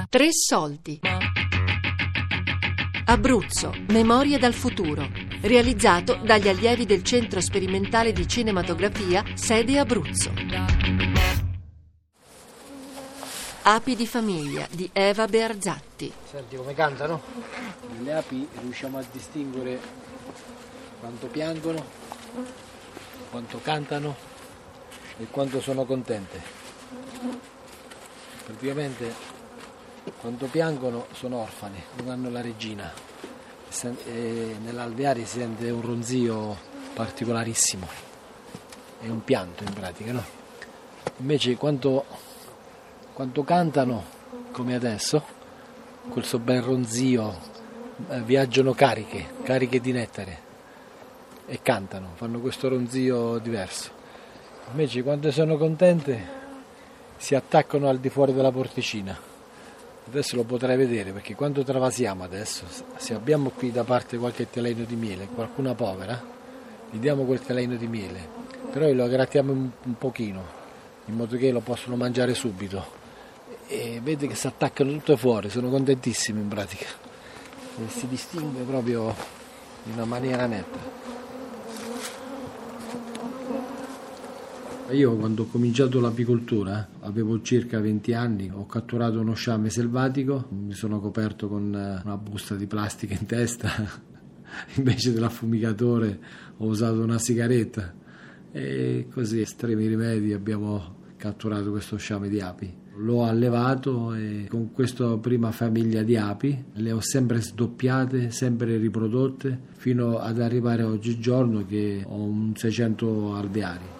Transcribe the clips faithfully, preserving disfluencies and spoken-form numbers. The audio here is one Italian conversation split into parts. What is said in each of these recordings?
Tre soldi. Abruzzo, memorie dal futuro. Realizzato dagli allievi del Centro Sperimentale di Cinematografia, sede Abruzzo. Api di famiglia di Eva Bearzatti. Senti come cantano? Nelle api riusciamo a distinguere quanto piangono, quanto cantano e quanto sono contente. Praticamente quando piangono sono orfani, non hanno la regina e nell'alveare si sente un ronzio particolarissimo, è un pianto in pratica, no? Invece quando, quando cantano come adesso, col suo bel ronzio, eh, viaggiano cariche, cariche di nettare e cantano, fanno questo ronzio diverso. Invece quando sono contente si attaccano al di fuori della porticina. Adesso lo potrai vedere, perché quando travasiamo adesso, se abbiamo qui da parte qualche teleno di miele, qualcuna povera, gli diamo quel teleno di miele, però lo grattiamo un, un pochino, in modo che lo possono mangiare subito. E vedi che si attaccano tutte fuori, sono contentissimi in pratica. E si distingue proprio in una maniera netta. Io quando ho cominciato l'apicoltura, avevo circa venti anni, ho catturato uno sciame selvatico, mi sono coperto con una busta di plastica in testa, invece dell'affumigatore ho usato una sigaretta e così, estremi rimedi, abbiamo catturato questo sciame di api. L'ho allevato e con questa prima famiglia di api le ho sempre sdoppiate, sempre riprodotte, fino ad arrivare oggigiorno che ho un seicento alveari.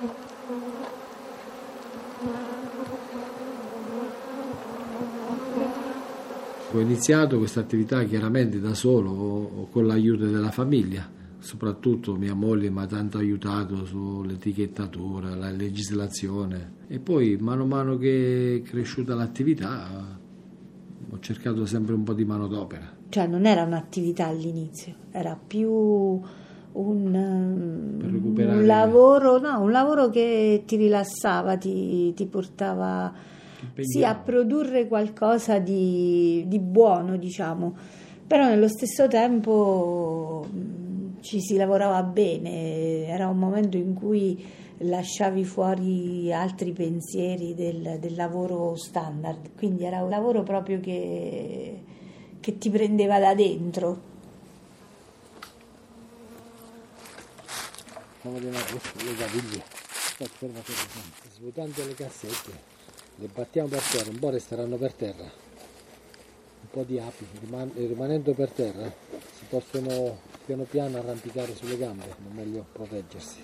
Ho iniziato questa attività chiaramente da solo o con l'aiuto della famiglia, soprattutto mia moglie mi ha tanto aiutato sull'etichettatura, la legislazione, e poi mano a mano che è cresciuta l'attività ho cercato sempre un po' di manodopera. Cioè non era un'attività all'inizio, era più un, un lavoro, no, un lavoro che ti rilassava, ti, ti portava sì, a produrre qualcosa di, di buono, diciamo, però nello stesso tempo ci si lavorava bene, era un momento in cui lasciavi fuori altri pensieri del, del lavoro standard, quindi era un lavoro proprio che, che ti prendeva da dentro. Come le caviglie, ferma, ferma, svuotando le cassette. Le battiamo per terra, un po' resteranno per terra, un po' di api, riman- rimanendo per terra si possono piano piano arrampicare sulle gambe, è meglio proteggersi.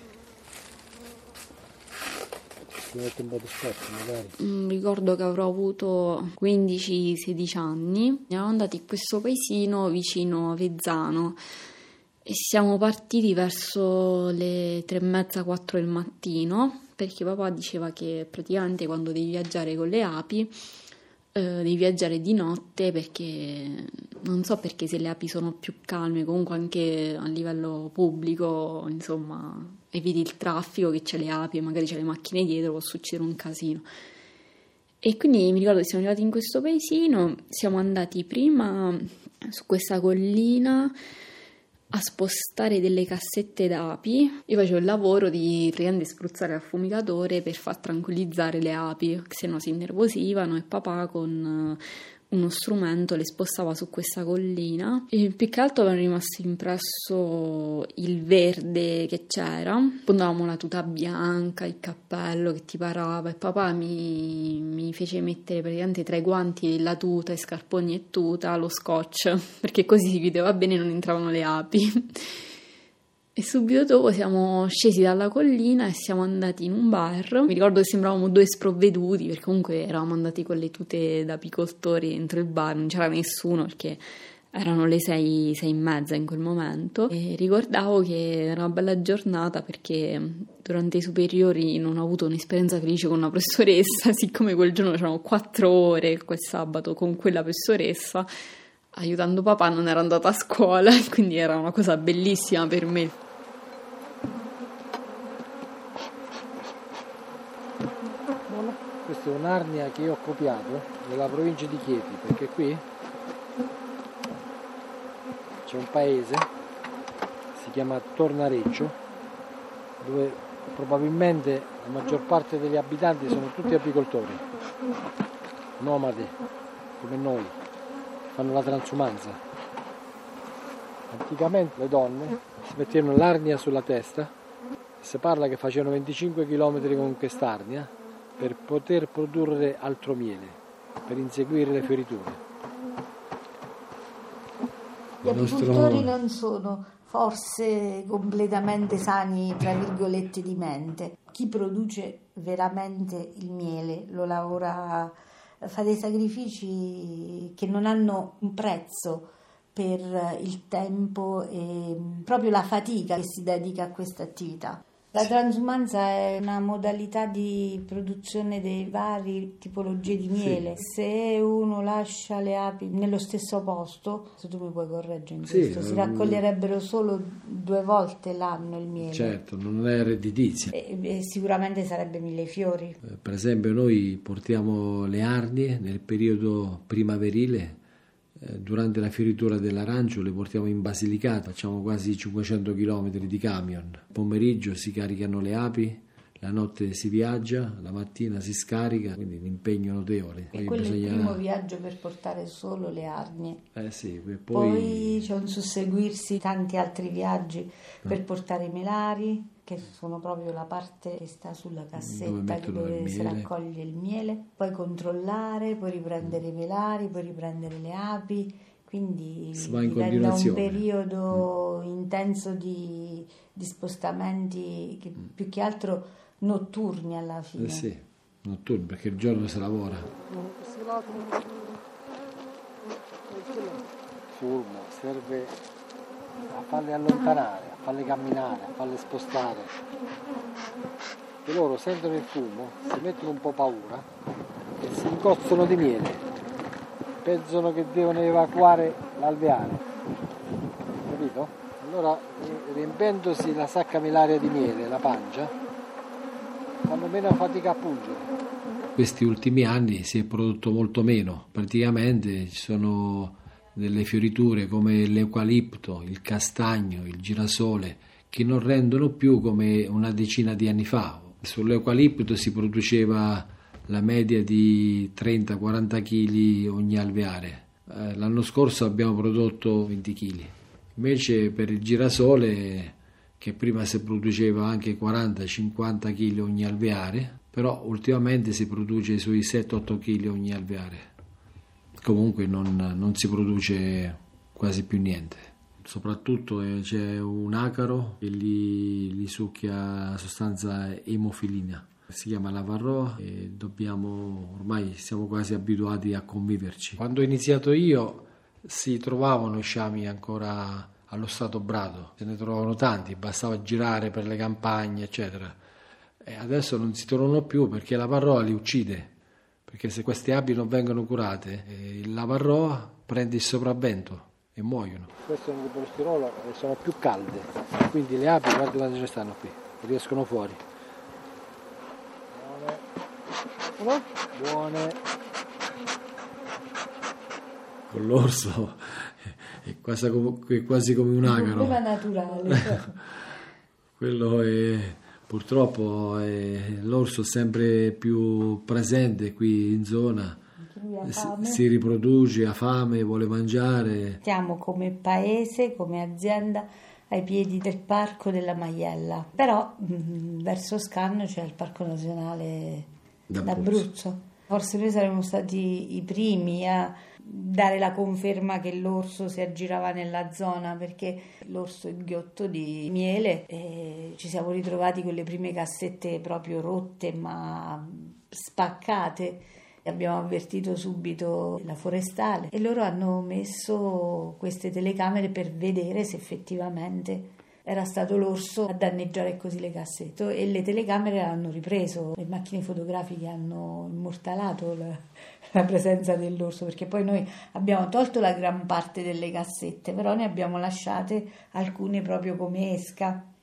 Si mette un po' di scotch magari. Mm, ricordo che avrò avuto quindici sedici anni, siamo andati in questo paesino vicino a Vezzano e siamo partiti verso le tre e mezza, quattro del mattino, perché papà diceva che praticamente quando devi viaggiare con le api eh, devi viaggiare di notte, perché non so perché, se le api sono più calme, comunque anche a livello pubblico, insomma, eviti il traffico, che c'è le api e magari c'è le macchine dietro, può succedere un casino. E quindi mi ricordo che siamo arrivati in questo paesino, siamo andati prima su questa collina a spostare delle cassette d'api. Io facevo il lavoro di praticamente spruzzare l'affumigatore per far tranquillizzare le api, che se no si innervosivano, e papà con uno strumento le spostava su questa collina. E più che altro mi è rimasto impresso il verde che c'era. Pondavamo la tuta bianca, il cappello che ti parava, e papà mi, mi fece mettere praticamente tra i guanti la tuta, i scarponi e tuta, lo scotch, perché così si chiudeva bene e non entravano le api. E subito dopo siamo scesi dalla collina e siamo andati in un bar. Mi ricordo che sembravamo due sprovveduti, perché comunque eravamo andati con le tute da apicoltori dentro il bar, non c'era nessuno perché erano le sei, sei e mezza in quel momento. E ricordavo che era una bella giornata, perché durante i superiori non ho avuto un'esperienza felice con una professoressa, siccome quel giorno c'erano quattro ore, quel sabato, con quella professoressa. Aiutando papà non ero andata a scuola, quindi era una cosa bellissima per me. Questa è un'arnia che io ho copiato nella provincia di Chieti, perché qui c'è un paese, si chiama Tornareggio, dove probabilmente la maggior parte degli abitanti sono tutti apicoltori, nomadi, come noi, fanno la transumanza. Anticamente le donne si mettevano l'arnia sulla testa e si parla che facevano venticinque chilometri con quest'arnia per poter produrre altro miele, per inseguire le fioriture. Gli apicoltori non sono forse completamente sani, tra virgolette, di mente. Chi produce veramente il miele lo lavora, fa dei sacrifici che non hanno un prezzo per il tempo e proprio la fatica che si dedica a questa attività. La transumanza è una modalità di produzione dei vari tipologie di miele. Sì. Se uno lascia le api nello stesso posto, se tu mi puoi correggere in sì, questo, si raccoglierebbero solo due volte l'anno il miele. Certo, non è redditizio. E, e sicuramente sarebbe mille fiori. Eh, per esempio noi portiamo le arnie nel periodo primaverile. Durante la fioritura dell'arancio le portiamo in Basilicata, facciamo quasi cinquecento chilometri di camion. Pomeriggio si caricano le api, la notte si viaggia, la mattina si scarica, quindi un impegno notevole. E quello bisogna... è il primo viaggio per portare solo le arnie. Eh sì, poi... poi c'è un susseguirsi tanti altri viaggi no. per portare i melari, che sono proprio la parte che sta sulla cassetta dove si raccoglie il miele, poi controllare, poi riprendere i melari, poi riprendere le api, quindi diventa un periodo mm. intenso di, di spostamenti che più che altro notturni alla fine. Eh sì, notturni, perché il giorno si lavora. Surmo serve a farle allontanare, a farle camminare, a farle spostare. E loro sentono il fumo, si mettono un po' paura e si incozzano di miele. Pensano che devono evacuare l'alveare. Capito? Allora, riempendosi la sacca milaria di miele, la pancia, fanno meno fatica a pungere. Questi ultimi anni si è prodotto molto meno, praticamente ci sono delle fioriture come l'eucalipto, il castagno, il girasole, che non rendono più come una decina di anni fa. Sull'eucalipto si produceva la media di trenta quaranta chili ogni alveare. L'anno scorso abbiamo prodotto venti chili. Invece per il girasole, che prima si produceva anche quaranta cinquanta chili ogni alveare, però ultimamente si produce sui sette otto chili ogni alveare. Comunque non, non si produce quasi più niente. Soprattutto eh, c'è un acaro che li, li succhia sostanza emofilina. Si chiama la varroa e dobbiamo, ormai siamo quasi abituati a conviverci. Quando ho iniziato io si trovavano i sciami ancora allo stato brado, se ne trovavano tanti, bastava girare per le campagne eccetera. E adesso non si trovano più perché la varroa li uccide, perché se queste api non vengono curate eh, la varroa prende il sopravvento e muoiono. Questo è un lipostirolo e sono più calde, quindi le api guarda quando ce ne stanno qui, riescono fuori. Buone. Buone. Con l'orso è quasi come, è quasi come un acaro. Un problema naturale. Quello è... Purtroppo eh, l'orso è sempre più presente qui in zona, si, si riproduce, ha fame, vuole mangiare. Siamo come paese, come azienda, ai piedi del Parco della Maiella, però mh, verso Scanno c'è il Parco Nazionale d'Abruzzo. d'Abruzzo. Forse noi saremmo stati i primi a dare la conferma che l'orso si aggirava nella zona, perché l'orso è ghiotto di miele e ci siamo ritrovati con le prime cassette proprio rotte ma spaccate. Abbiamo avvertito subito la forestale e loro hanno messo queste telecamere per vedere se effettivamente era stato l'orso a danneggiare così le cassette, e le telecamere hanno ripreso, le macchine fotografiche hanno immortalato la, la presenza dell'orso, perché poi noi abbiamo tolto la gran parte delle cassette, però ne abbiamo lasciate alcune proprio come esca.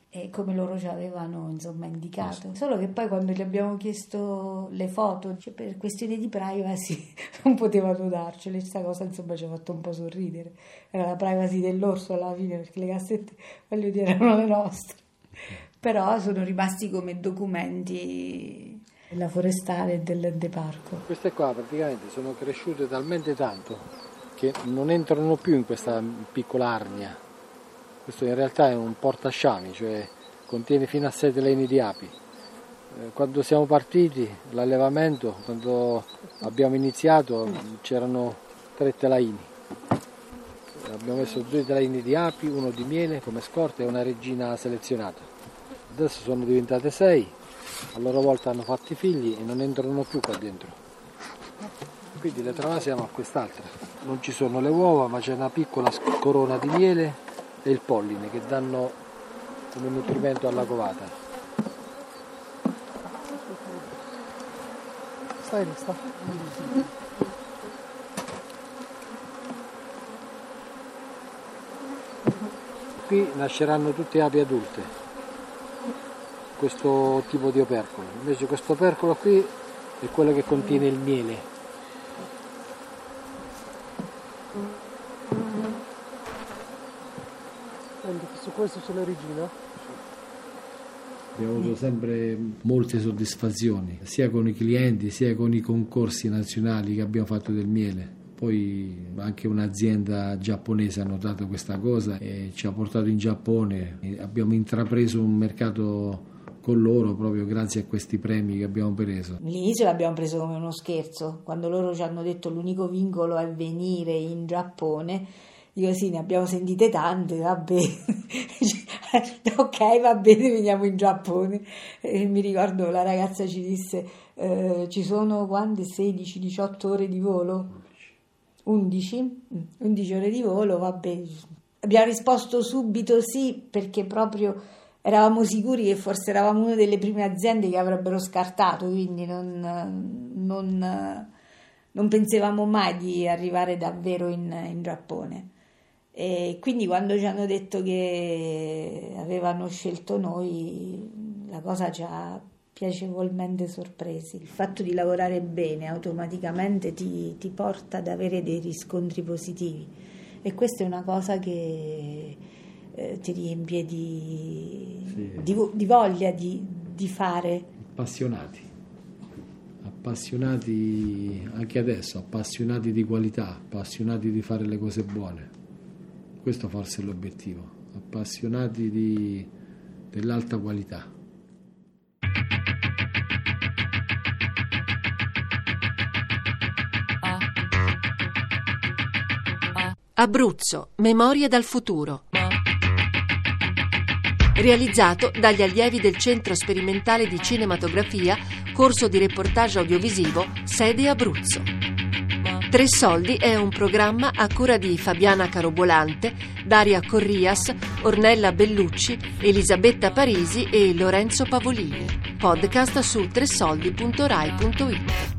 e come loro ci avevano insomma indicato. Solo che poi quando gli abbiamo chiesto le foto, cioè per questioni di privacy non potevano darcele. Questa cosa insomma ci ha fatto un po' sorridere, era la privacy dell'orso alla fine, perché le cassette, voglio dire, erano le nostre, però sono rimasti come documenti della forestale e dell'ente parco. Queste qua praticamente sono cresciute talmente tanto che non entrano più in questa piccola arnia. Questo in realtà è un portasciami, cioè contiene fino a sei telai di api. Quando siamo partiti, l'allevamento, quando abbiamo iniziato, c'erano tre telaini. Abbiamo messo due telaini di api, uno di miele come scorta e una regina selezionata. Adesso sono diventate sei, a loro volta hanno fatto i figli e non entrano più qua dentro. Quindi le travasiamo a quest'altra. Non ci sono le uova, ma c'è una piccola corona di miele e il polline che danno come nutrimento alla covata. Stai, sta. Qui nasceranno tutte api adulte, questo tipo di opercolo. Invece questo opercolo qui è quello che contiene il miele. Su questo c'è la regina? Abbiamo avuto sempre molte soddisfazioni, sia con i clienti, sia con i concorsi nazionali che abbiamo fatto del miele. Poi anche un'azienda giapponese ha notato questa cosa e ci ha portato in Giappone. E abbiamo intrapreso un mercato con loro proprio grazie a questi premi che abbiamo preso. L'inizio l'abbiamo preso come uno scherzo, quando loro ci hanno detto l'unico vincolo è venire in Giappone. Io sì, ne abbiamo sentite tante, va bene, ok, va bene, veniamo in Giappone. E mi ricordo la ragazza ci disse, eh, ci sono quante? sedici diciotto ore di volo? undici? undici ore di volo, va bene. Abbiamo risposto subito sì, perché proprio eravamo sicuri che forse eravamo una delle prime aziende che avrebbero scartato, quindi non, non, non pensavamo mai di arrivare davvero in, in Giappone. E quindi quando ci hanno detto che avevano scelto noi, la cosa ci ha piacevolmente sorpresi. Il fatto di lavorare bene automaticamente ti, ti porta ad avere dei riscontri positivi e questa è una cosa che eh, ti riempie di, sì. di, di voglia di, di fare. Appassionati, appassionati anche adesso, appassionati di qualità, appassionati di fare le cose buone. Questo forse è l'obiettivo, appassionati di, dell'alta qualità. Abruzzo, memorie dal futuro. Realizzato dagli allievi del Centro Sperimentale di Cinematografia, corso di reportage audiovisivo, sede Abruzzo. Tre Soldi è un programma a cura di Fabiana Carobolante, Daria Corrias, Ornella Bellucci, Elisabetta Parisi e Lorenzo Pavolini. Podcast su tresoldi punto rai punto it.